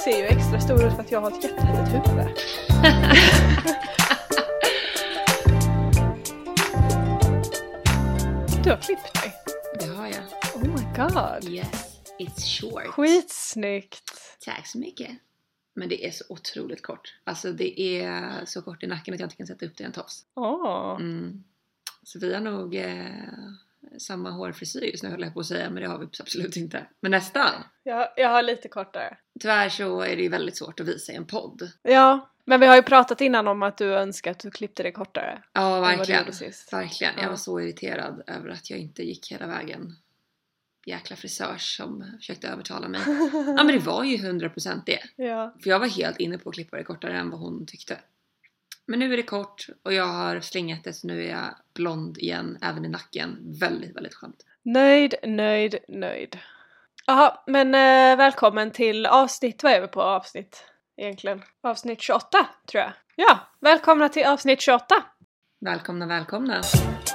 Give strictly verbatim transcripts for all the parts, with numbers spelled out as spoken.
ser ju extra stor ut för att jag har ett jättelitet huvud. Du har klippt dig. Det har jag. Oh my god. Yes, it's short. Skitsnyggt. Tack så mycket. Men det är så otroligt kort. Alltså det är så kort i nacken att jag inte kan sätta upp det i en tofs. Åh. Mm. Så vi har nog eh, samma hårfrisyr just nu, höll jag på att säga. Men det har vi absolut inte. Men nästan. Jag, jag har lite kortare. Tyvärr så är det ju väldigt svårt att visa i en podd. Ja, men vi har ju pratat innan om att du önskar att du klippte det kortare. Ja, verkligen. Verkligen. Jag Ja. var så irriterad över att jag inte gick hela vägen. Jäkla frisör som försökte övertala mig. Ja, men det var ju hundra procent det. Ja. För jag var helt inne på att klippa det kortare än vad hon tyckte. Men nu är det kort och jag har slingat det, så nu är jag blond igen, även i nacken. Väldigt, väldigt skönt. Nöjd, nöjd, nöjd. Jaha, men eh, välkommen till avsnitt, vad är vi på avsnitt egentligen? Avsnitt tjugoåtta, tror jag. Ja, välkomna till avsnitt tjugoåtta. Välkomna, välkomna.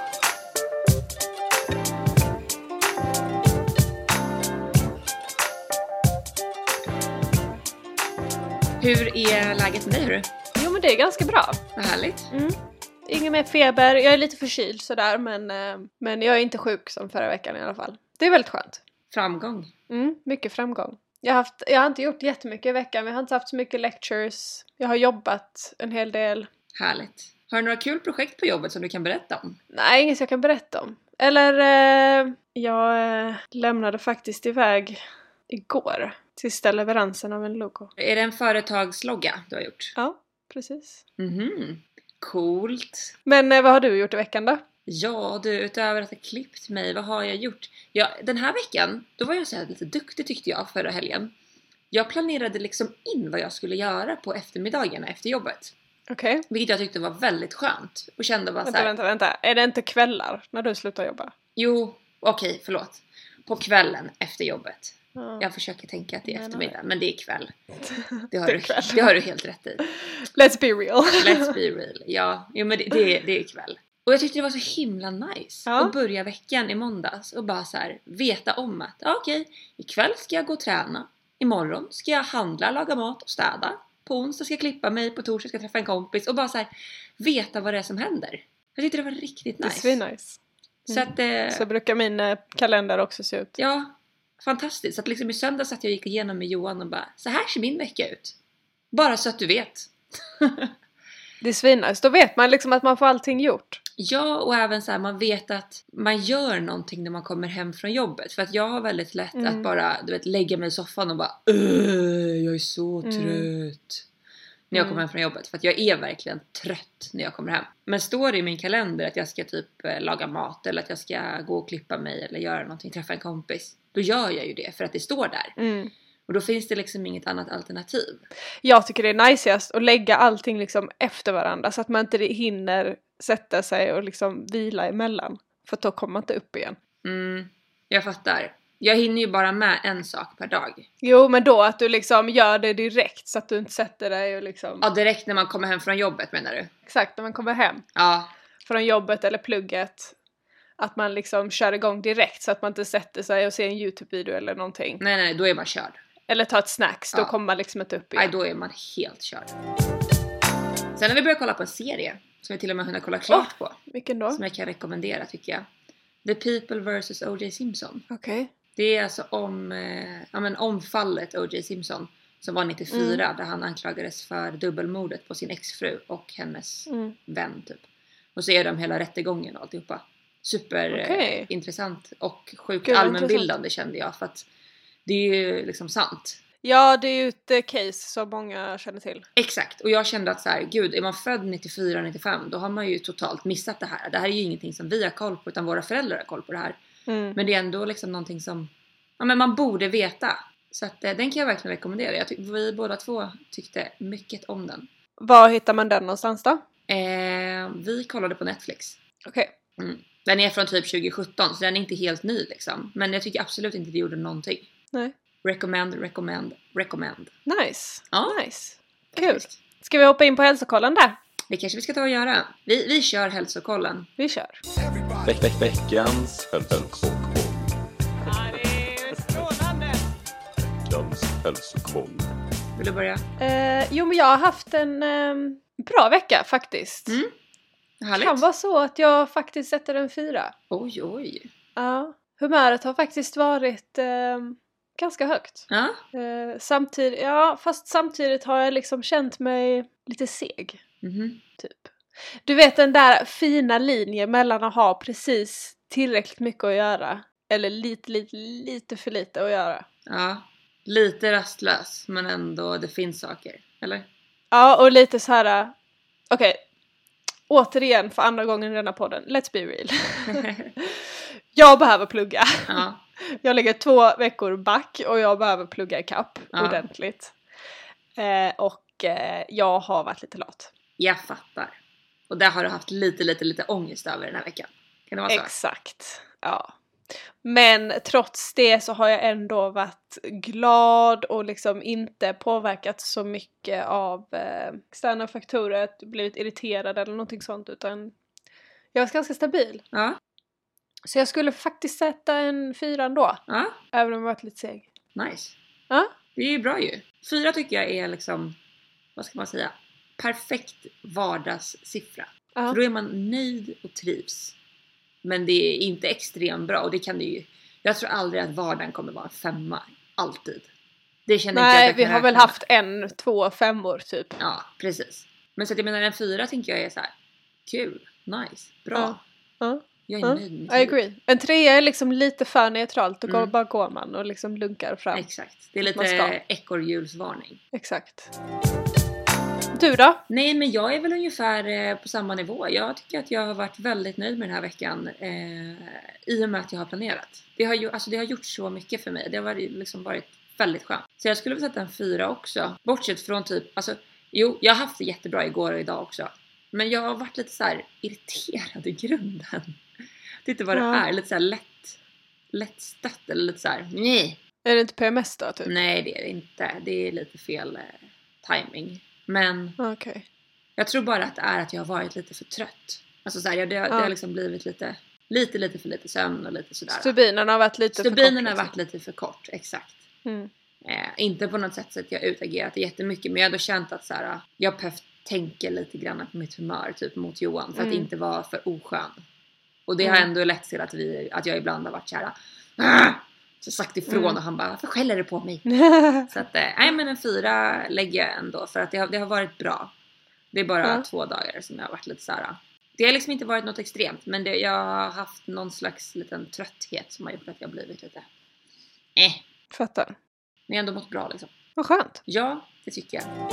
Hur är läget med dig, hörru? Jo, men det är ganska bra. Vad härligt. Mm. Ingen mer feber, jag är lite förkyld sådär, men, eh, men jag är inte sjuk som förra veckan i alla fall. Det är väldigt skönt. Framgång. Mm, mycket framgång. Jag har, haft, jag har inte gjort jättemycket i veckan, men jag har inte haft så mycket lectures. Jag har jobbat en hel del. Härligt. Har du några kul projekt på jobbet som du kan berätta om? Nej, inget jag kan berätta om. Eller, eh, jag eh, lämnade faktiskt iväg igår sista leveransen av en logo. Är det en företagslogga du har gjort? Ja, precis. Mhm. Coolt. Men eh, vad har du gjort i veckan då? Ja, du, utöver att ha klippt mig, vad har jag gjort? Ja, den här veckan, då var jag så här lite duktig tyckte jag förra helgen. Jag planerade liksom in vad jag skulle göra på eftermiddagarna efter jobbet. Okej. Okay. Vilket jag tyckte var väldigt skönt. Och kände bara Vänta, så här, vänta, vänta. Är det inte kvällar när du slutar jobba? Jo, okej, okay, förlåt. På kvällen efter jobbet. Ja. Jag försöker tänka att det är Men, eftermiddag, men det är kväll. Det har, det är du, kväll. det har du helt rätt i. Let's be real. Let's be real. Ja, jo, men det, det, det är kväll. Och jag tyckte det var så himla nice ja. att börja veckan i måndags och bara så här veta om att ja, okej, ikväll ska jag gå och träna. Imorgon ska jag handla, laga mat och städa. På onsdag ska jag klippa mig, på torsdag ska jag träffa en kompis och bara så här veta vad det är som händer. Jag tyckte det var riktigt nice. Det är nice. Mm. Så, att, eh, så brukar min eh, kalender också se ut. Ja, fantastiskt. Så att liksom i söndags att jag gick igenom med Johan och bara, så här ser min vecka ut. Bara så att du vet. Det är svinnice. Då vet man liksom att man får allting gjort. Ja, och även så här, man vet att man gör någonting när man kommer hem från jobbet. För att jag har väldigt lätt mm. att bara, du vet, lägga mig i soffan och bara jag är så trött mm. när jag kommer hem från jobbet. För att jag är verkligen trött när jag kommer hem. Men står det i min kalender att jag ska typ laga mat eller att jag ska gå och klippa mig eller göra någonting, träffa en kompis, då gör jag ju det för att det står där. Mm. Och då finns det liksom inget annat alternativ. Jag tycker det är najsigast att lägga allting liksom efter varandra så att man inte hinner sätta sig och liksom vila emellan. För då kommer man inte upp igen. Mm, jag fattar. Jag hinner ju bara med en sak per dag. Jo, men då att du liksom gör det direkt så att du inte sätter dig och liksom... Ja, direkt när man kommer hem från jobbet menar du? Exakt, när man kommer hem. Ja. Från jobbet eller plugget. Att man liksom kör igång direkt så att man inte sätter sig och ser en YouTube-video eller någonting. Nej, nej, då är man körd. Eller ta ett snacks, då ja. kommer man liksom inte upp igen. Nej, då är man helt körd. Sen har vi börjat kolla på en serie som jag till och med hunnit kolla klart oh, på. Vilken då? Som jag kan rekommendera tycker jag. The People versus O J Simpson. Okej. Okay. Det är alltså om, eh, ja, men om fallet O J Simpson som var nittiofyra mm. där han anklagades för dubbelmordet på sin exfru och hennes mm. vän typ. Och så är de hela rättegången och alltihopa. Super okay. eh, intressant och sjukt Gud, allmänbildande kände jag för att det är ju liksom sant. Ja, det är ju ett case som många känner till. Exakt, och jag kände att så här, gud, är man född nittiofyra nittiofem då har man ju totalt missat det här. Det här är ju ingenting som vi har koll på utan våra föräldrar har koll på det här. Mm. Men det är ändå liksom någonting som ja, men man borde veta. Så att, eh, den kan jag verkligen rekommendera. Jag tyck- vi båda två tyckte mycket om den. Var hittar man den någonstans då? Eh, vi kollade på Netflix. Okej. Okay. Mm. Den är från typ tjugo sjutton så den är inte helt ny liksom. Men jag tycker absolut inte det gjorde någonting. Nej. Recommend, recommend, recommend. Nice. Ja. Nice. Kul. Ska vi hoppa in på hälsokollen där? Det kanske vi ska ta och göra. Vi, vi kör hälsokollen. Vi kör. Veck, veck, veckans hälsokoll. Ja, det är strålande. Veckans hälsokoll. Vill du börja? Eh, jo, men jag har haft en eh, bra vecka faktiskt. Mm. Härligt. Kan vara så att jag faktiskt sätter en fyra. Oj, oj. Ja, humöret har faktiskt varit eh, ganska högt. Ja. Eh, samtidigt, ja, fast samtidigt har jag liksom känt mig lite seg. Mm-hmm. Typ. Du vet den där fina linjen mellan att ha precis tillräckligt mycket att göra eller lite, lite, lite för lite att göra. Ja, lite rastlös men ändå det finns saker, eller? Ja, och lite så här. Okej, okay. Återigen för andra gången i denna podden. Let's be real. Jag behöver plugga. Ja. Jag ligger två veckor back och jag behöver plugga i kapp ja. ordentligt. Eh, och eh, jag har varit lite lat. Jag fattar. Och där har du haft lite, lite, lite ångest över den här veckan. Kan det vara så? Exakt, ja. Men trots det så har jag ändå varit glad och liksom inte påverkat så mycket av eh, externa faktorer, blivit irriterad eller någonting sånt, utan jag är ganska stabil. Ja. Så jag skulle faktiskt sätta en fyra ändå. Ja. Även om jag varit lite seg. Nice. Ja. Det är ju bra ju. Fyra tycker jag är liksom, vad ska man säga, perfekt vardagssiffra. Ja. För då är man nöjd och trivs. Men det är inte extremt bra. Och det kan det ju. Jag tror aldrig att vardagen kommer vara en femma. Alltid. Det känner Nej, inte jag att vi jag har väl med. haft en, två femmor typ. Ja, precis. Men så att jag menar en fyra tänker jag är så här. Kul, nice, bra. Ja. Ja. Jag är ja. nöjd med I det. agree. En trea är liksom lite för neutralt. Då Mm. bara går man och liksom lunkar fram. Exakt. Det är Man ska. lite ekorrhjulsvarning. Exakt. Du då? Nej, men jag är väl ungefär eh, på samma nivå. Jag tycker att jag har varit väldigt nöjd med den här veckan. Eh, I och med att jag har planerat. Det har, ju, alltså, det har gjort så mycket för mig. Det har varit, liksom varit väldigt skönt. Så jag skulle vilja sätta en fyra också. Bortsett från typ, alltså, jo, jag har haft det jättebra igår och idag också. Men jag har varit lite så här irriterad i grunden. Det är inte vad det Ja. är. Lite så här lätt, lätt stött eller lite så här, nej. Är det inte P M S då typ? Nej, det är det inte. Det är lite fel eh, timing. Men Okej. Okay. jag tror bara att det är att jag har varit lite för trött. Alltså så här, det, har, Ja. det har liksom blivit lite, lite, lite för lite sömn och lite sådär. Stubinen har varit lite Stubinen för kort. har liksom. varit lite för kort, exakt. Mm. Eh, inte på något sätt så att jag har utagerat jättemycket. Men jag har ändå känt att så här, jag har behövt tänka lite grann på mitt humör typ mot Johan. För Mm. att inte vara för oskön. Och det Mm. har ändå lett till att, vi, att jag ibland har varit så här. "Ah!" Så sagt ifrån Mm. och han bara, varför skäller du på mig? Så att, eh, nej men en fyra lägger jag ändå. För att det har, det har varit bra. Det är bara Ja. två dagar som jag har varit lite så här. Det har liksom inte varit något extremt. Men det, jag har haft någon slags liten trötthet som har gjort att jag har blivit lite eh. Fattar. Men jag har ändå mått bra liksom. Vad skönt. Ja, det tycker jag.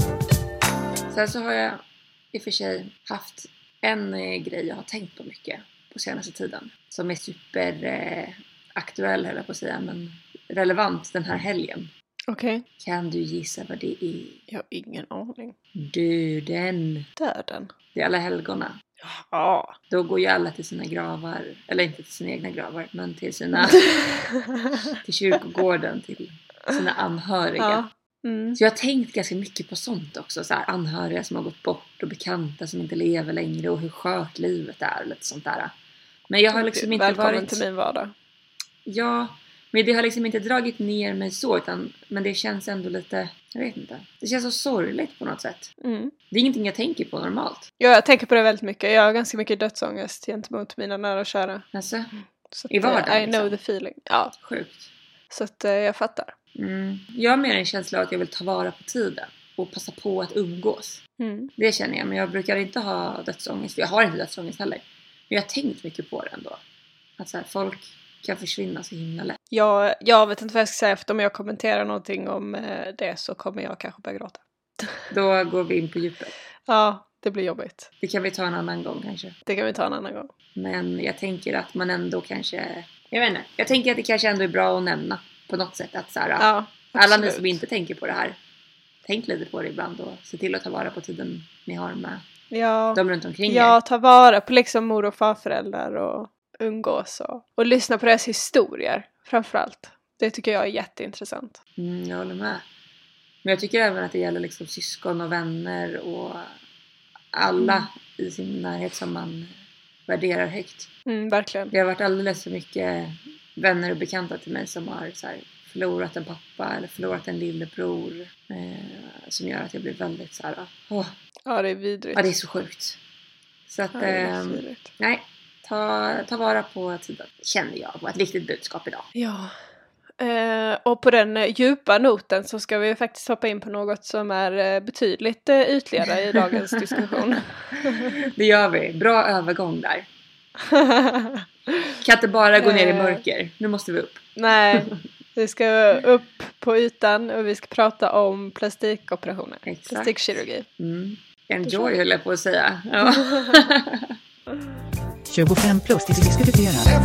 Sen så har jag i och för sig haft en eh, grej jag har tänkt på mycket på senaste tiden. Som är super eh, aktuell, höll jag på att säga, men relevant den här helgen. Okej. Okay. Kan du gissa vad det är? Jag har ingen aning. Döden. Döden. Det är alla helgona. Ja. Då går ju alla till sina gravar. Eller inte till sina egna gravar, men till sina... till kyrkogården, till sina anhöriga. Ja. Mm. Så jag har tänkt ganska mycket på sånt också. Så här, anhöriga som har gått bort och bekanta som inte lever längre. Och hur skört livet är och lite sånt där. Men jag har liksom inte Välkommen varit... till min vardag. Ja, men det har liksom inte dragit ner mig så. Utan, men det känns ändå lite... Jag vet inte. Det känns så sorgligt på något sätt. Mm. Det är ingenting jag tänker på normalt. Ja, jag tänker på det väldigt mycket. Jag har ganska mycket dödsångest gentemot mina nära och kära. Alltså, Så i att, eh, vardagen, I know liksom. the feeling. Ja, Sjukt. så att eh, jag fattar. Mm. Jag har mer en känsla av att jag vill ta vara på tiden. Och passa på att umgås. Mm. Det känner jag. Men jag brukar inte ha dödsångest. För jag har inte dödsångest heller. Men jag har tänkt mycket på det ändå. Att så här, folk kan försvinna så himla lätt. Jag, jag vet inte vad jag ska säga, för om jag kommenterar någonting om eh, det så kommer jag kanske börja gråta. Då går vi in på djupet. Ja, det blir jobbigt. Det kan vi ta en annan gång kanske. Det kan vi ta en annan gång. Men jag tänker att man ändå kanske... Jag vet inte. Jag tänker att det kanske ändå är bra att nämna på något sätt. Att så här, Ja, alla ni absolut. som inte tänker på det här. Tänk lite på det ibland och se till att ta vara på tiden ni har med Ja, dem runt omkring er. ja, ta vara på liksom mor- och farföräldrar och umgås och, och lyssna på deras historier framförallt. Det tycker jag är jätteintressant. Mm, jag håller med. Men jag tycker även att det gäller liksom syskon och vänner och alla Mm. i sin närhet som man värderar högt. Mm, verkligen. Det har varit alldeles för mycket vänner och bekanta till mig som har så här förlorat en pappa eller förlorat en lillebror. Eh, som gör att jag blir väldigt så här. Åh. Ja, det är vidrigt. Ja, det är så sjukt. Så att, ja, eh, nej, ta, ta vara på tiden. Känner jag var ett viktigt budskap idag. Ja. Eh, och på den eh, djupa noten så ska vi faktiskt hoppa in på något som är eh, betydligt eh, ytligare i dagens diskussion. Det gör vi. Bra övergång där. Kan inte bara gå ner i mörker. Nu måste vi upp. Nej, vi ska upp på ytan och vi ska prata om plastikoperationer. Exakt. Plastikkirurgi. Mm. Enjoy höll jag på att säga. Ja. tjugofem plus diskuterar.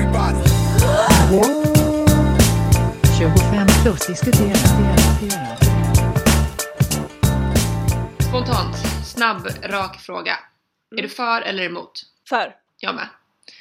tjugofem plus diskuterar. Spontant, snabb, rak fråga. Är du för eller emot? För. Jag med.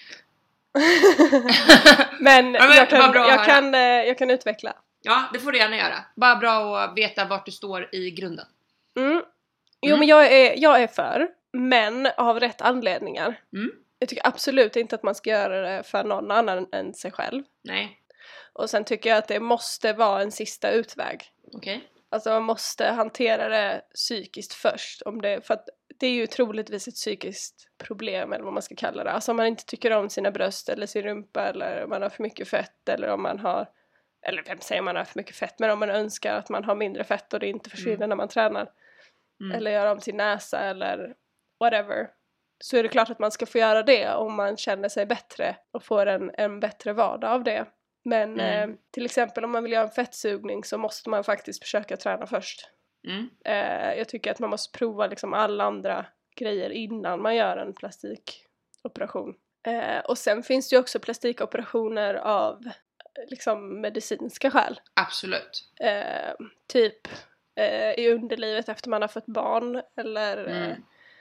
men, ja, men jag, kan, jag, att kan, jag kan utveckla. Ja, det får du gärna göra. Bara bra att veta vart du står i grunden. Mm. Jo, Mm. men jag är, jag är för. Men av rätt anledningar. Mm. Jag tycker absolut inte att man ska göra det för någon annan än sig själv. Nej. Och sen tycker jag att det måste vara en sista utväg. Okej. Okay. Alltså man måste hantera det psykiskt först. Om det, för att det är ju troligtvis ett psykiskt problem eller vad man ska kalla det. Alltså om man inte tycker om sina bröst eller sin rumpa eller om man har för mycket fett eller om man har, eller vem säger man har för mycket fett, men om man önskar att man har mindre fett och det inte försvinner mm. när man tränar. Mm. Eller gör om sin näsa eller whatever. Så är det klart att man ska få göra det om man känner sig bättre och får en, en bättre vardag av det. Men mm. eh, till exempel om man vill göra en fettsugning så måste man faktiskt försöka träna först. Mm. Eh, jag tycker att man måste prova liksom alla andra grejer innan man gör en plastikoperation. Eh, och sen finns det ju också plastikoperationer av liksom medicinska skäl. Absolut. Eh, typ eh, i underlivet efter man har fått barn eller mm.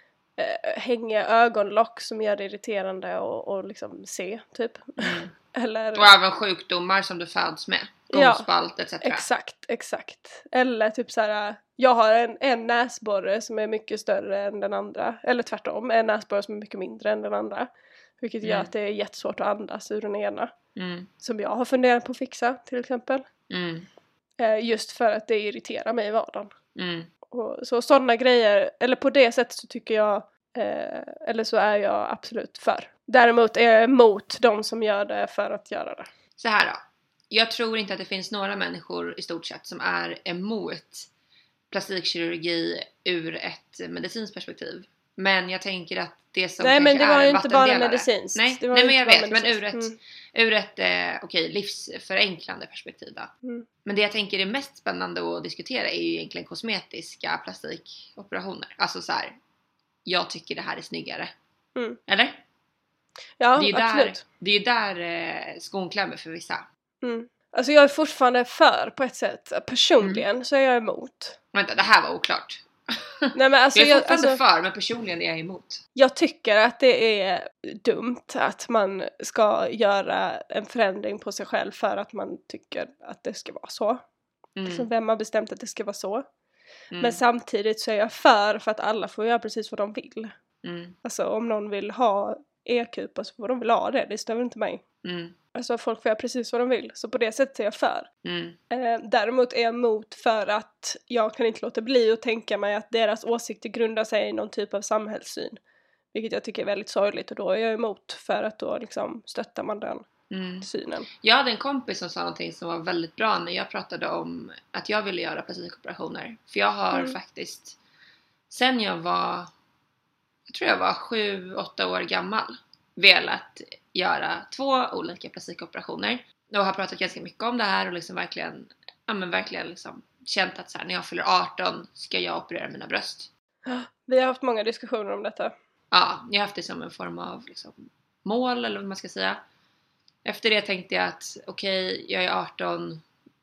eh, hänga ögonlock som gör det irriterande och, och liksom se typ. Mm. Eller, och även sjukdomar som du föds med. Gomspalt, ja, et cetera. Exakt, exakt. Eller typ så här, jag har en, en näsborre som är mycket större än den andra. Eller tvärtom, en näsborre som är mycket mindre än den andra. Vilket mm. gör att det är jättesvårt att andas ur den ena. Mm. Som jag har funderat på att fixa till exempel. Mm. Eh, just för att det irriterar mig i vardagen. Mm. Och, så sådana grejer, eller på det sättet så tycker jag, eh, eller så är jag absolut för. Däremot är jag emot de som gör det för att göra det. Så här då. Jag tror inte att det finns några människor i stort sett som är emot plastikkirurgi ur ett medicinskt perspektiv. Men jag tänker att det som nej, men det var ju inte bara medicinskt. Nej, nej men jag vet. Men ur ett, mm. ur ett eh, okej, livsförenklande perspektiv då. Mm. Men det jag tänker är mest spännande att diskutera är ju egentligen kosmetiska plastikoperationer. Alltså så här, jag tycker det här är snyggare. Mm. Eller? Ja, det är absolut. Där, det är ju där eh, skon klämmer för vissa. Mm. Alltså jag är fortfarande för på ett sätt. Personligen mm. så är jag emot. Vänta, det här var oklart. Nej, men alltså, jag är fortfarande jag, alltså, för, men personligen är jag emot. Jag tycker att det är dumt att man ska göra en förändring på sig själv för att man tycker att det ska vara så. Mm. Så vem har bestämt att det ska vara så? Mm. Men samtidigt så är jag för för att alla får göra precis vad de vill. Mm. Alltså om någon vill ha e-kupa så får de väl ha det. Det stämmer inte mig. Mm. Alltså folk får göra precis vad de vill. Så på det sättet är jag för. Mm. Eh, däremot är jag emot för att jag kan inte låta bli att tänka mig att deras åsikter grundar sig i någon typ av samhällssyn. Vilket jag tycker är väldigt sorgligt. Och då är jag emot för att då liksom stöttar man den mm. synen. Jag hade en kompis som sa någonting som var väldigt bra när jag pratade om att jag ville göra plastikoperationer. För jag har mm. faktiskt, sen jag var, jag tror jag var sju, åtta år gammal, velat göra två olika plastikoperationer. Och har pratat ganska mycket om det här och liksom verkligen, ja men verkligen liksom känt att så här, när jag fyller arton ska jag operera mina bröst. Vi har haft många diskussioner om detta. Ja, jag har haft det som en form av liksom mål eller vad man ska säga. Efter det tänkte jag att okej, okay, jag är arton.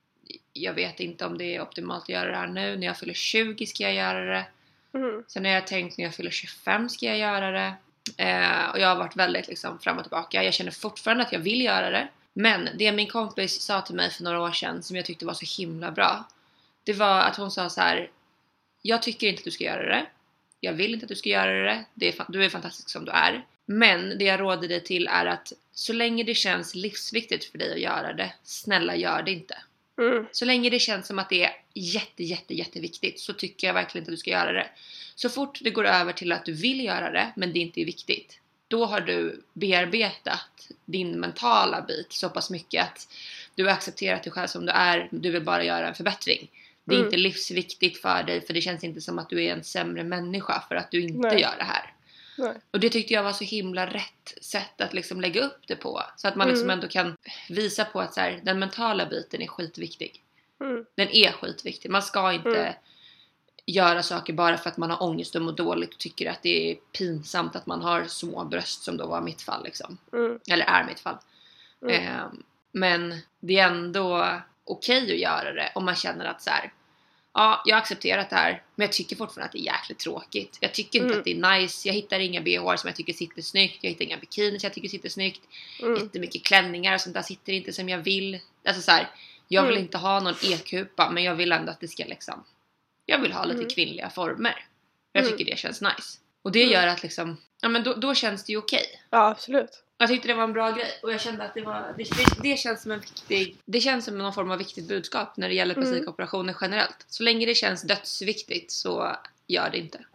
Jag vet inte om det är optimalt att göra det här nu. När jag fyller tjugo ska jag göra det. Mm. Sen har jag tänkt när jag fyller tjugofem ska jag göra det. Eh, och jag har varit väldigt liksom fram och tillbaka. Jag känner fortfarande att jag vill göra det. Men det min kompis sa till mig för några år sedan som jag tyckte var så himla bra, det var att hon sa så här: jag tycker inte att du ska göra det. Jag vill inte att du ska göra det. det är, du är fantastisk som du är. Men det jag råder dig till är att så länge det känns livsviktigt för dig att göra det, snälla gör det inte. Mm. Så länge det känns som att det är jätte, jätte, jätteviktigt så tycker jag verkligen inte att du ska göra det. Så fort det går över till att du vill göra det men det inte är viktigt, då har du bearbetat din mentala bit så pass mycket att du har accepterat dig själv som du är. Du vill bara göra en förbättring. Det är Mm. inte livsviktigt för dig, för det känns inte som att du är en sämre människa för att du inte Nej. gör det här. Nej. Och det tyckte jag var så himla rätt sätt att liksom lägga upp det på. Så att man liksom Mm. ändå kan visa på att så här, den mentala biten är skitviktig. Mm. Den är skitviktig. Man ska inte Mm. göra saker bara för att man har ångest och mår dåligt och tycker att det är pinsamt att man har små bröst, som då var mitt fall liksom. Mm. Eller är mitt fall. Mm. Eh, men det är ändå okej att göra det om man känner att så här, ja, jag har accepterat det här, men jag tycker fortfarande att det är jäkligt tråkigt. Jag tycker inte Mm. att det är nice. Jag hittar inga B H som jag tycker sitter snyggt. Jag hittar inga bikinis jag tycker sitter snyggt. Mm. Jättemycket klänningar och sånt där sitter inte som jag vill. Alltså så här, jag vill Mm. inte ha någon e-kupa, men jag vill ändå att det ska liksom, jag vill ha lite Mm. kvinnliga former. Jag Mm. tycker det känns nice. Och det Mm. gör att liksom, ja men då, då känns det ju okej. Ja, absolut. Jag tyckte det var en bra grej och jag kände att det var det, det, det känns som en viktig, det känns som någon form av viktigt budskap när det gäller Mm. plastikoperationer generellt. Så länge det känns dödsviktigt så gör det inte.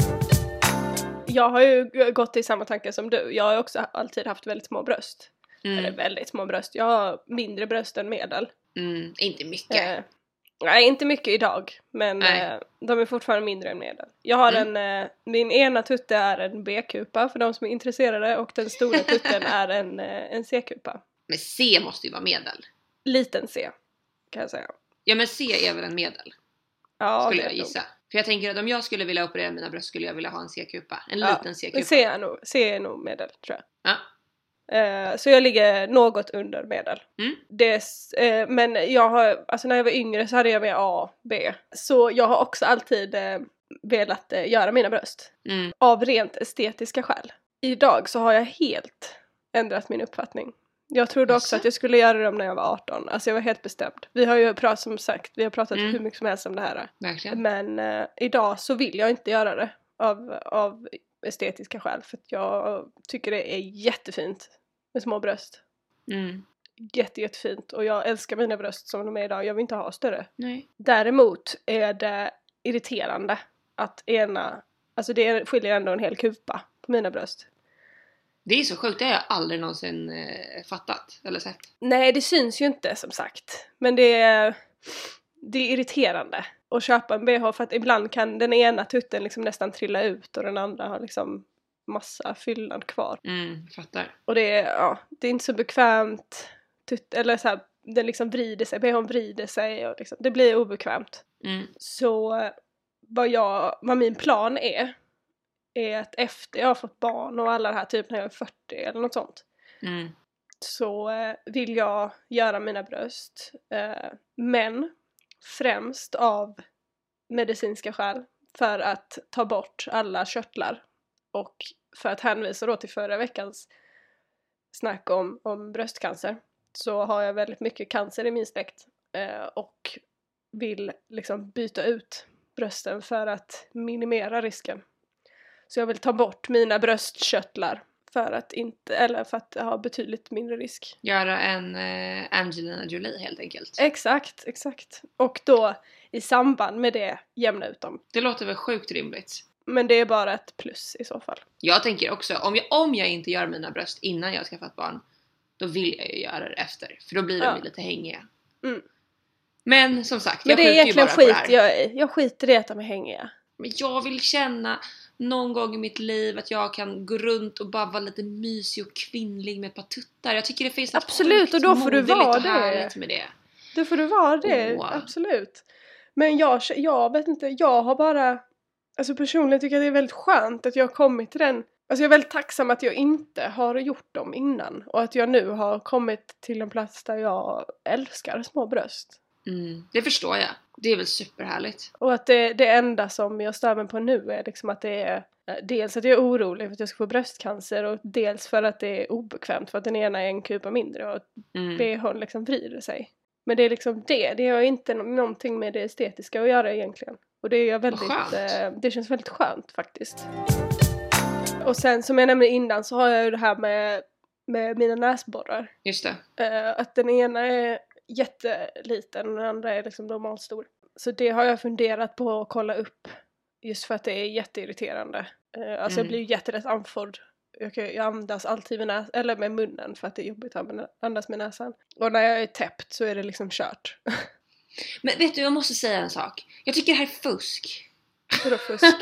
Jag har ju gått i samma tankar som du. Jag har också alltid haft väldigt små bröst. Eller Mm. väldigt små bröst. Jag har mindre bröst än medel. Mm. Inte mycket. Eh, nej, inte mycket idag. Men Nej. eh, de är fortfarande mindre än medel. Jag har Mm. en, eh, min ena tutte är en B-kupa för de som är intresserade. Och den stora tutten är en, eh, en C-kupa. Men C måste ju vara medel. Liten C, kan jag säga. Ja men C är väl en medel, Ja, skulle det jag är gissa. För jag tänker att om jag skulle vilja operera mina bröst skulle jag vilja ha en C-kupa. En Ja, liten Men C-kupa. C är nog, C är nog medel, tror jag. Ja. Eh, så jag ligger något under medel. Mm. Det, är s- eh, men jag har, alltså när jag var yngre så hade jag med A, B. Så jag har också alltid eh, velat eh, göra mina bröst. Mm. Av rent estetiska skäl. Idag så har jag helt ändrat min uppfattning. Jag trodde också Jaså? att jag skulle göra dem när jag var arton. Alltså jag var helt bestämd. Vi har ju pratat, som sagt, vi har pratat Mm. hur mycket som helst om det här. Verkligen. Men eh, idag så vill jag inte göra det. Av, av estetiska skäl. För att jag tycker det är jättefint med små bröst. Mm. Jätte, jättefint. Och jag älskar mina bröst som de är idag. Jag vill inte ha större. Nej. Däremot är det irriterande att ena... Alltså det skiljer ändå en hel kupa på mina bröst. Det är så sjukt, det har jag aldrig någonsin eh, fattat eller sett. Nej, det syns ju inte som sagt. Men det är, det är irriterande att köpa en B H. För att ibland kan den ena tutten liksom nästan trilla ut. Och den andra har liksom massa fyllnad kvar. Mm, fattar. Och det är, ja, det är inte så bekvämt. Tutt, eller så här, den liksom vrider sig. B H:n vrider sig. Och liksom, det blir obekvämt. Mm. Så eh, vad, jag, vad min plan är. Är att efter jag har fått barn och alla det här, typ när jag är fyrtio eller något sånt. Mm. Så eh, vill jag göra mina bröst. Eh, men främst av medicinska skäl. För att ta bort alla körtlar. Och för att hänvisa då till förra veckans snack om, om bröstcancer. Så har jag väldigt mycket cancer i min släkt. Eh, och vill liksom byta ut brösten för att minimera risken. Så jag vill ta bort mina bröstkörtlar. För att inte, eller för att ha betydligt mindre risk. Göra en eh, Angelina Jolie helt enkelt. Exakt, exakt. Och då i samband med det jämna ut dem. Det låter väl sjukt rimligt. Men det är bara ett plus i så fall. Jag tänker också, om jag, om jag inte gör mina bröst innan jag har skaffat barn, då vill jag ju göra det efter. För då blir de Ja. ju lite hängiga. Mm. Men som sagt, Men jag det är skjuter ju egentligen bara på det skit här. jag i. Jag skiter i att de är hängiga. Men jag vill känna någon gång i mitt liv att jag kan gå runt och bara vara lite mysig och kvinnlig med ett par tuttar. Jag tycker det finns något Absolut, sjukt och då får du moderligt vara och det. härligt med det. Då får du vara det, Åh. absolut. Men jag, jag vet inte, jag har bara... Alltså personligen tycker jag det är väldigt skönt att jag har kommit till den... Alltså jag är väldigt tacksam att jag inte har gjort dem innan. Och att jag nu har kommit till en plats där jag älskar små bröst. Mm, det förstår jag. Det är väl superhärligt. Och att det, det enda som jag stör mig på nu är liksom att det är... eh, Dels att jag är orolig för att jag ska få bröstcancer. Och dels för att det är obekvämt. För att den ena är en kupa mindre och Mm. B H:n liksom vrider sig. Men det är liksom det. Det har inte no- någonting med det estetiska att göra egentligen. Och det är jag väldigt... skönt. Eh, det känns väldigt skönt faktiskt. Och sen som jag nämnde innan så har jag ju det här med, med mina näsborrar. Just det. Eh, att den ena är jätteliten och den andra är liksom normalt stor. Så det har jag funderat på att kolla upp. Just för att det är jätteirriterande. Uh, alltså mm. jag blir ju jätterätt andfådd. Jag, kan, jag andas alltid med, näs- eller med munnen för att det är jobbigt att andas med näsan. Och när jag är täppt så är det liksom kört. Men vet du, jag måste säga en sak. Jag tycker det här är fusk. Vadå fusk?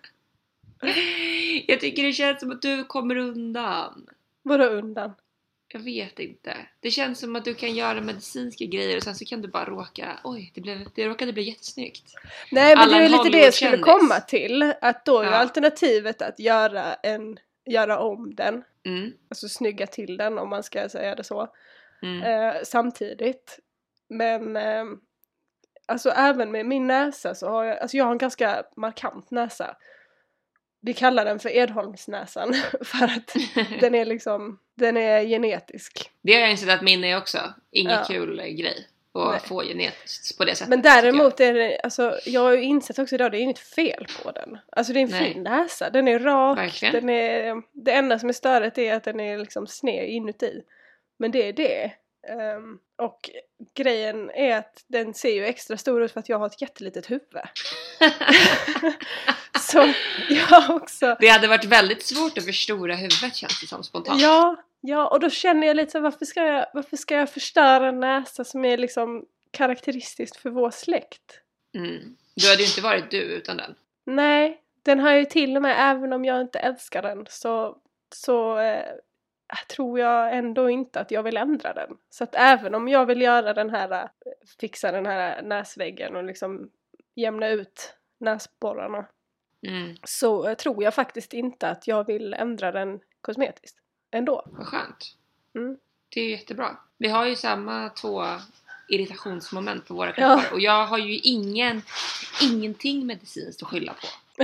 Jag tycker det känns som att du kommer undan. Vadå undan? Jag vet inte. Det känns som att du kan göra medicinska grejer och sen så kan du bara råka... Oj, det, blev, det råkade bli jättesnyggt. Nej, men alla det är lite det jag skulle komma till. Att då är ja. alternativet att göra, en, göra om den. Mm. Alltså snygga till den om man ska säga det så. Mm. Eh, samtidigt. Men... Eh, alltså även med min näsa så har jag... Alltså jag har en ganska markant näsa. Vi kallar den för Edholmsnäsan för att den är liksom, den är genetisk. Det har jag insett att min är också. Ingen ja. kul grej att Nej. få genetiskt på det sättet. Men däremot är det, alltså jag har ju insett också idag, det är inget fel på den. Alltså det är en Nej. fin näsa, den är rak. Verkligen. Den är, det enda som är störigt är att den är liksom sned inuti. Men det är det. Um, och grejen är att den ser ju extra stor ut för att jag har ett jättelitet huvud. Så jag också... Det hade varit väldigt svårt att förstora huvudet, känns det som spontant. Ja, ja, och då känner jag lite så varför ska jag, varför ska jag förstöra en näsa som är liksom karaktäristiskt för vår släkt? Mm. Du hade ju inte varit du utan den. Nej, den har ju till och med, även om jag inte älskar den så, så eh, tror jag ändå inte att jag vill ändra den. Så att även om jag vill göra den här, fixa den här näsväggen och liksom jämna ut näsborrarna. Mm. Så tror jag faktiskt inte att jag vill ändra den kosmetiskt ändå. Vad skönt. Mm. Det är jättebra. Vi har ju samma två irritationsmoment på våra kroppar. Ja. Och jag har ju ingen, ingenting medicinskt att skylla på.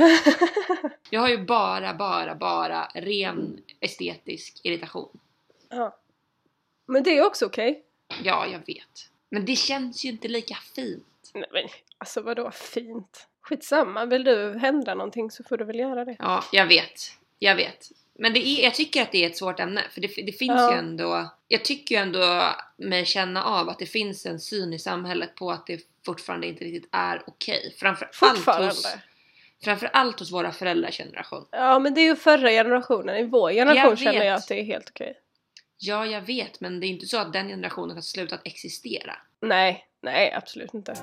Jag har ju bara, bara, bara ren estetisk irritation. Ja. Men det är också okej. Okay. Ja, jag vet. Men det känns ju inte lika fint. Nej men, alltså vadå fint? Skitsamma, vill du hända någonting så får du väl göra det. Ja, jag vet. Jag vet. Men det är, jag tycker att det är ett svårt ämne. För det, det finns ja. ju ändå... Jag tycker ju ändå mig känna av att det finns en syn i samhället på att det fortfarande inte riktigt är okej. Framför allt hos, framför allt hos våra föräldrars generation. Ja, men det är ju förra generationen. I vår generation jag känner jag att det är helt okej. Ja, jag vet. Men det är inte så att den generationen har slutat existera. Nej, nej, absolut inte.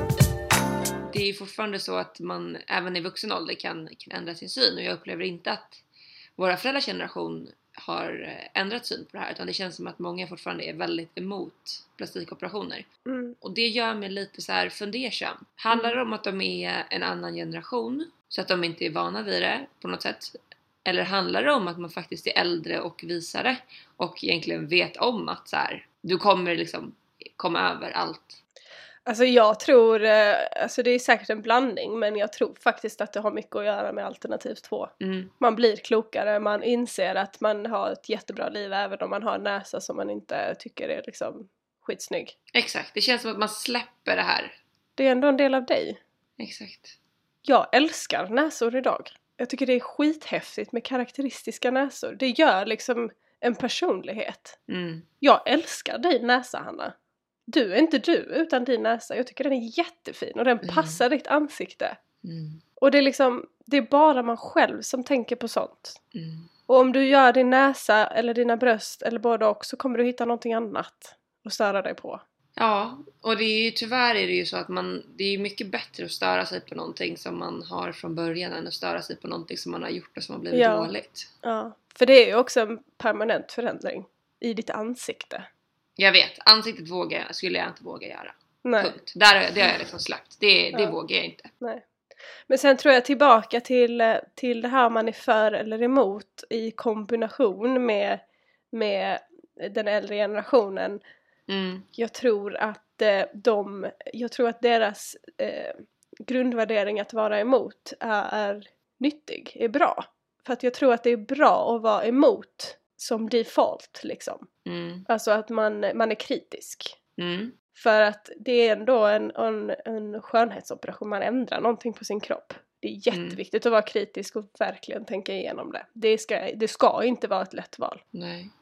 Det är ju fortfarande så att man även i vuxen ålder kan, kan ändra sin syn. Och jag upplever inte att våra föräldrars generation har ändrat syn på det här. Utan det känns som att många fortfarande är väldigt emot plastikoperationer. Mm. Och det gör mig lite så här fundersam. Handlar det om att de är en annan generation? Så att de inte är vana vid det på något sätt? Eller handlar det om att man faktiskt är äldre och visare? Och egentligen vet om att så här, du kommer liksom komma över allt. Alltså jag tror, alltså det är säkert en blandning, men jag tror faktiskt att det har mycket att göra med alternativ två. Mm. Man blir klokare, man inser att man har ett jättebra liv även om man har en näsa som man inte tycker är liksom skitsnygg. Exakt, det känns som att man släpper det här. Det är ändå en del av dig. Exakt. Jag älskar näsor idag. Jag tycker det är skithäftigt med karaktäristiska näsor. Det gör liksom en personlighet. Mm. Jag älskar din näsa, Hanna. Du är inte du utan din näsa. Jag tycker den är jättefin och den Mm. passar ditt ansikte. Mm. Och det är liksom, det är bara man själv som tänker på sånt. Mm. Och om du gör din näsa eller dina bröst eller både och så kommer du hitta någonting annat att störa dig på. Ja, och det är ju, tyvärr är det ju så att man, det är ju mycket bättre att störa sig på någonting som man har från början än att störa sig på någonting som man har gjort och som har blivit Ja. dåligt. Ja, för det är ju också en permanent förändring i ditt ansikte. Jag vet, ansiktet vågar jag, skulle jag inte våga göra. Nej. Punkt. Där, det har jag liksom släppt. Det, det Ja. vågar jag inte. Nej. Men sen tror jag tillbaka till, till det här man är för eller emot i kombination med, med den äldre generationen. Mm. Jag tror att eh, de, jag tror att deras eh, grundvärdering att vara emot är, är nyttig, är bra. För att jag tror att det är bra att vara emot som default liksom. Mm. Alltså att man, man är kritisk. Mm. För att det är ändå en, en, en skönhetsoperation, man ändrar någonting på sin kropp. Det är jätteviktigt mm. att vara kritisk och verkligen tänka igenom det. Det ska, det ska inte vara ett lätt val. Nej.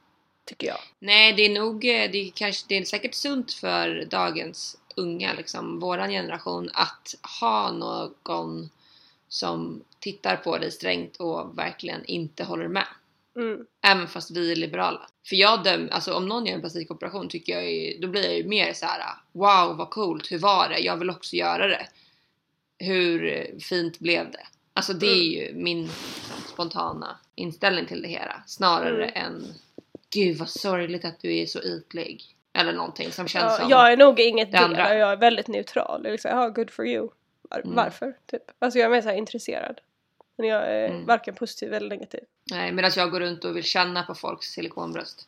tycker jag. Nej, det är nog, det är kanske, det är säkert sunt för dagens unga, liksom, våran generation, att ha någon som tittar på dig strängt och verkligen inte håller med. Mm. Även fast vi är liberala. För jag döm, alltså om någon gör en plastikoperation tycker jag ju, då blir jag ju mer så här: wow, vad coolt, hur var det? Jag vill också göra det. Hur fint blev det? Alltså det är ju min spontana inställning till det hela. Snarare mm. än gud vad sorgligt att du är så ytlig. Eller någonting som känns ja, som jag är nog inget det del. andra. Jag är väldigt neutral. Liksom, ja, good for you. Var- Mm. Varför? Typ. Alltså jag är mer så här intresserad. Men jag är Mm. varken positiv eller negativ. Nej, medan jag går runt och vill känna på folks silikonbröst.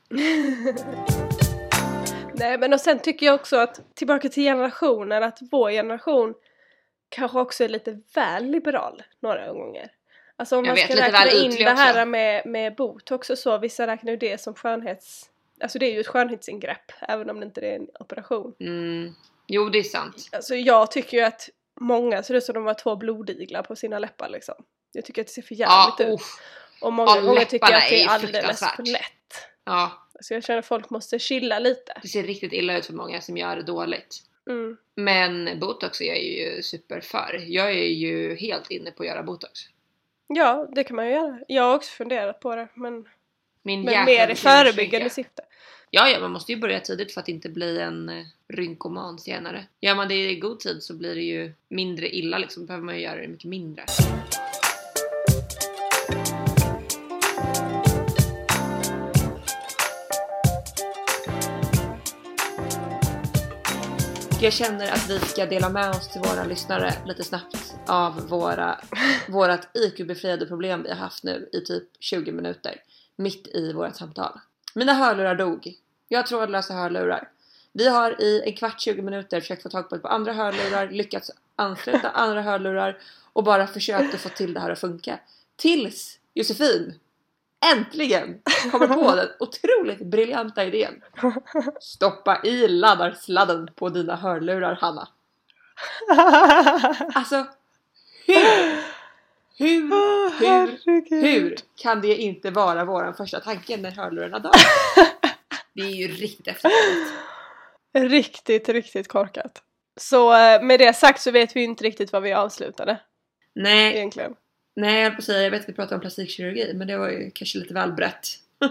Nej, men och sen tycker jag också att tillbaka till generationer, att vår generation kanske också är lite väl liberal några gånger. Alltså om Jag man vet, ska lite räkna väl in ytlig det här också. med, med botox och så, vissa räknar ju det som skönhets... Alltså det är ju ett skönhetsingrepp, även om det inte är en operation. Mm. Jo, det är sant. Alltså jag tycker ju att många ser ut som de har två blodiglar på sina läppar liksom. Jag tycker att det ser för Ja, jävligt ut. uff. Och många Ja, gånger tycker jag läpparna att det är är alldeles fruktansvärt. för lätt. Ja, Så jag känner att folk måste chilla lite. det ser riktigt illa ut för många som gör det dåligt. Mm. Men botox är jag ju super för. Jag är ju helt inne på att göra botox. Ja, det kan man ju göra. Jag har också funderat på det, men, Min men jäkla mer i förebyggande bekymmersrynka. syfte. Ja, ja, man måste ju börja tidigt för att inte bli en eh, rynkoman senare. Gör man det i god tid så blir det ju mindre illa liksom. Behöver man ju göra det mycket mindre. Jag känner att vi ska dela med oss till våra lyssnare lite snabbt av våra, vårat I Q-befriade problem vi har haft nu i typ tjugo minuter. Mitt i vårt samtal. Mina hörlurar dog. Jag har trådlösa hörlurar. Vi har i en kvart tjugo minuter försökt få tag på ett par andra hörlurar, lyckats ansluta andra hörlurar och bara försökt att få till det här att funka. Tills Josefin äntligen kommer på den otroligt briljanta idén. Stoppa i laddarsladden på dina hörlurar, Hanna. Alltså, hur? Hur, hur, hur kan det inte vara våran första tanke när hörlurarna dör? Det är ju riktigt efterblivet. Riktigt, riktigt korkat. Så eh, med det sagt så vet vi inte riktigt vad vi avslutade Nej, egentligen. nej, jag höll på att säga, jag vet att vi pratade om plastikkirurgi, men det var ju kanske lite väl brett.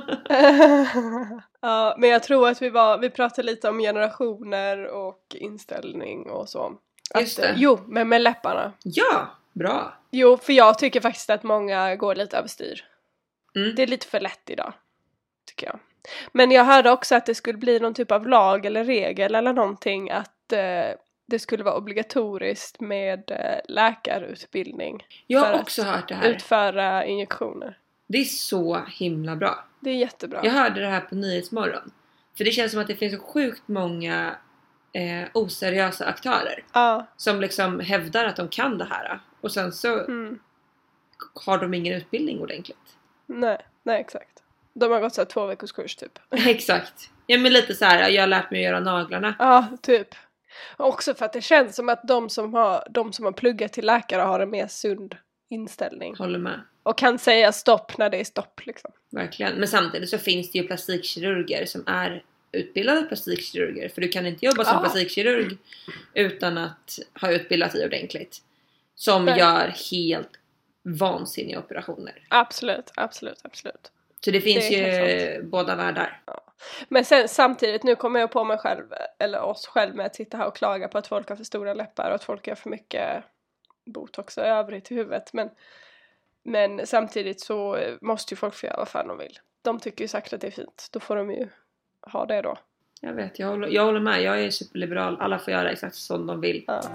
Ja, men jag tror att vi var vi pratade lite om generationer och inställning och så. Att, Just det. eh, Jo, men med läpparna. Ja, bra. Jo, för jag tycker faktiskt att många går lite överstyr. Mm. Det är lite för lätt idag, tycker jag. Men jag hörde också att det skulle bli någon typ av lag eller regel eller någonting att eh, det skulle vara obligatoriskt med eh, läkarutbildning. Jag för har att också hört det här. utföra injektioner. Det är så himla bra. Det är jättebra. Jag hörde det här på Nyhetsmorgon. För det känns som att det finns så sjukt många eh, oseriösa aktörer. Ja. Som liksom hävdar att de kan det här. Och sen så Mm. har de ingen utbildning ordentligt. Nej, nej exakt. De har gått så här två veckors kurs typ. Exakt. Ja, men lite så här, jag har lärt mig att göra naglarna. Ja, typ. Också för att det känns som att de som har, de som har pluggat till läkare har en mer sund inställning. Håller med. Och kan säga stopp när det är stopp liksom. Verkligen. Men samtidigt så finns det ju plastikkirurger som är utbildade plastikkirurger. För du kan inte jobba som Ja. plastikkirurg utan att ha utbildat dig ordentligt. Som Nej. gör helt vansinniga operationer. Absolut, absolut, absolut. Så det finns Det är ju helt båda världar. Men sen samtidigt, nu kommer jag på mig själv, eller oss själv med att sitta här och klaga på att folk har för stora läppar och att folk har för mycket botox och övrigt i huvudet. Men, men samtidigt så måste ju folk få göra vad fan de vill. De tycker ju säkert att det är fint. Då får de ju ha det då. Jag vet, jag håller, jag håller med. Jag är superliberal. Alla får göra exakt som de vill. Ja.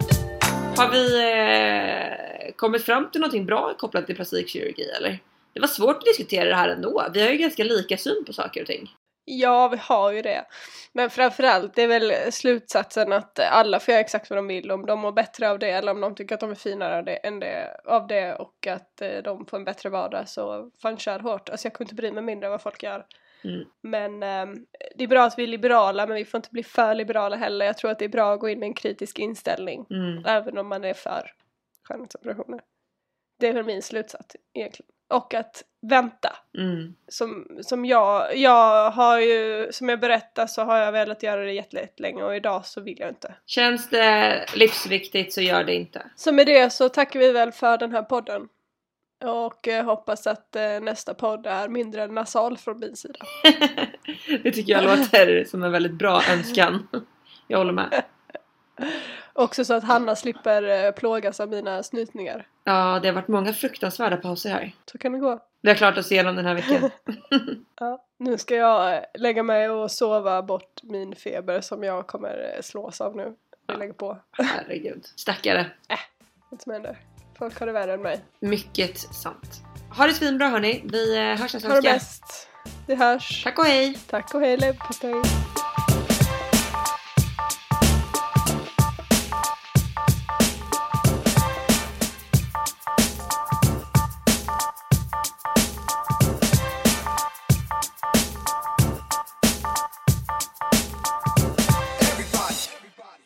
Har vi eh, kommit fram till någonting bra kopplat till plastikkirurgi eller? Det var svårt att diskutera det här ändå. Vi har ju ganska lika syn på saker och ting. Ja, vi har ju det. Men framförallt det är väl slutsatsen att alla får göra exakt vad de vill. Om de mår bättre av det eller om de tycker att de är finare av det, än det, av det och att eh, de får en bättre vardag, så fan kör hårt. Alltså jag kunde inte bry mig mindre vad folk gör. Mm. Men eh, det är bra att vi är liberala, men vi får inte bli för liberala heller. Jag tror att det är bra att gå in med en kritisk inställning. Mm. Även om man är för skönhetsoperationer. Det är väl min slutsats egentligen. Och att vänta. Mm. Som, som jag, jag har ju, som jag berättar så har jag velat göra det jättelänge länge och idag så vill jag inte. Känns det livsviktigt så gör det inte. Så med det så tackar vi väl för den här podden. Och eh, hoppas att eh, nästa podd är mindre nasal från min sida. Det tycker jag låter som en väldigt bra önskan. Jag håller med. Också så att Hanna slipper eh, plågas av mina snytningar. Ja, det har varit många fruktansvärda pauser här. Så kan det gå. Vi har klart oss igenom den här veckan. Ja, nu ska jag eh, lägga mig och sova bort min feber som jag kommer eh, slås av nu. Jag lägger på. Herregud. Stackare. Äh, vad som händer. Folk har det värre än mig. Mycket sant. Ha det svinbra hörni. Vi eh, hörs nästa Ha det vecka. bäst. Vi hörs. Tack och hej. Tack och hej, leverpastej.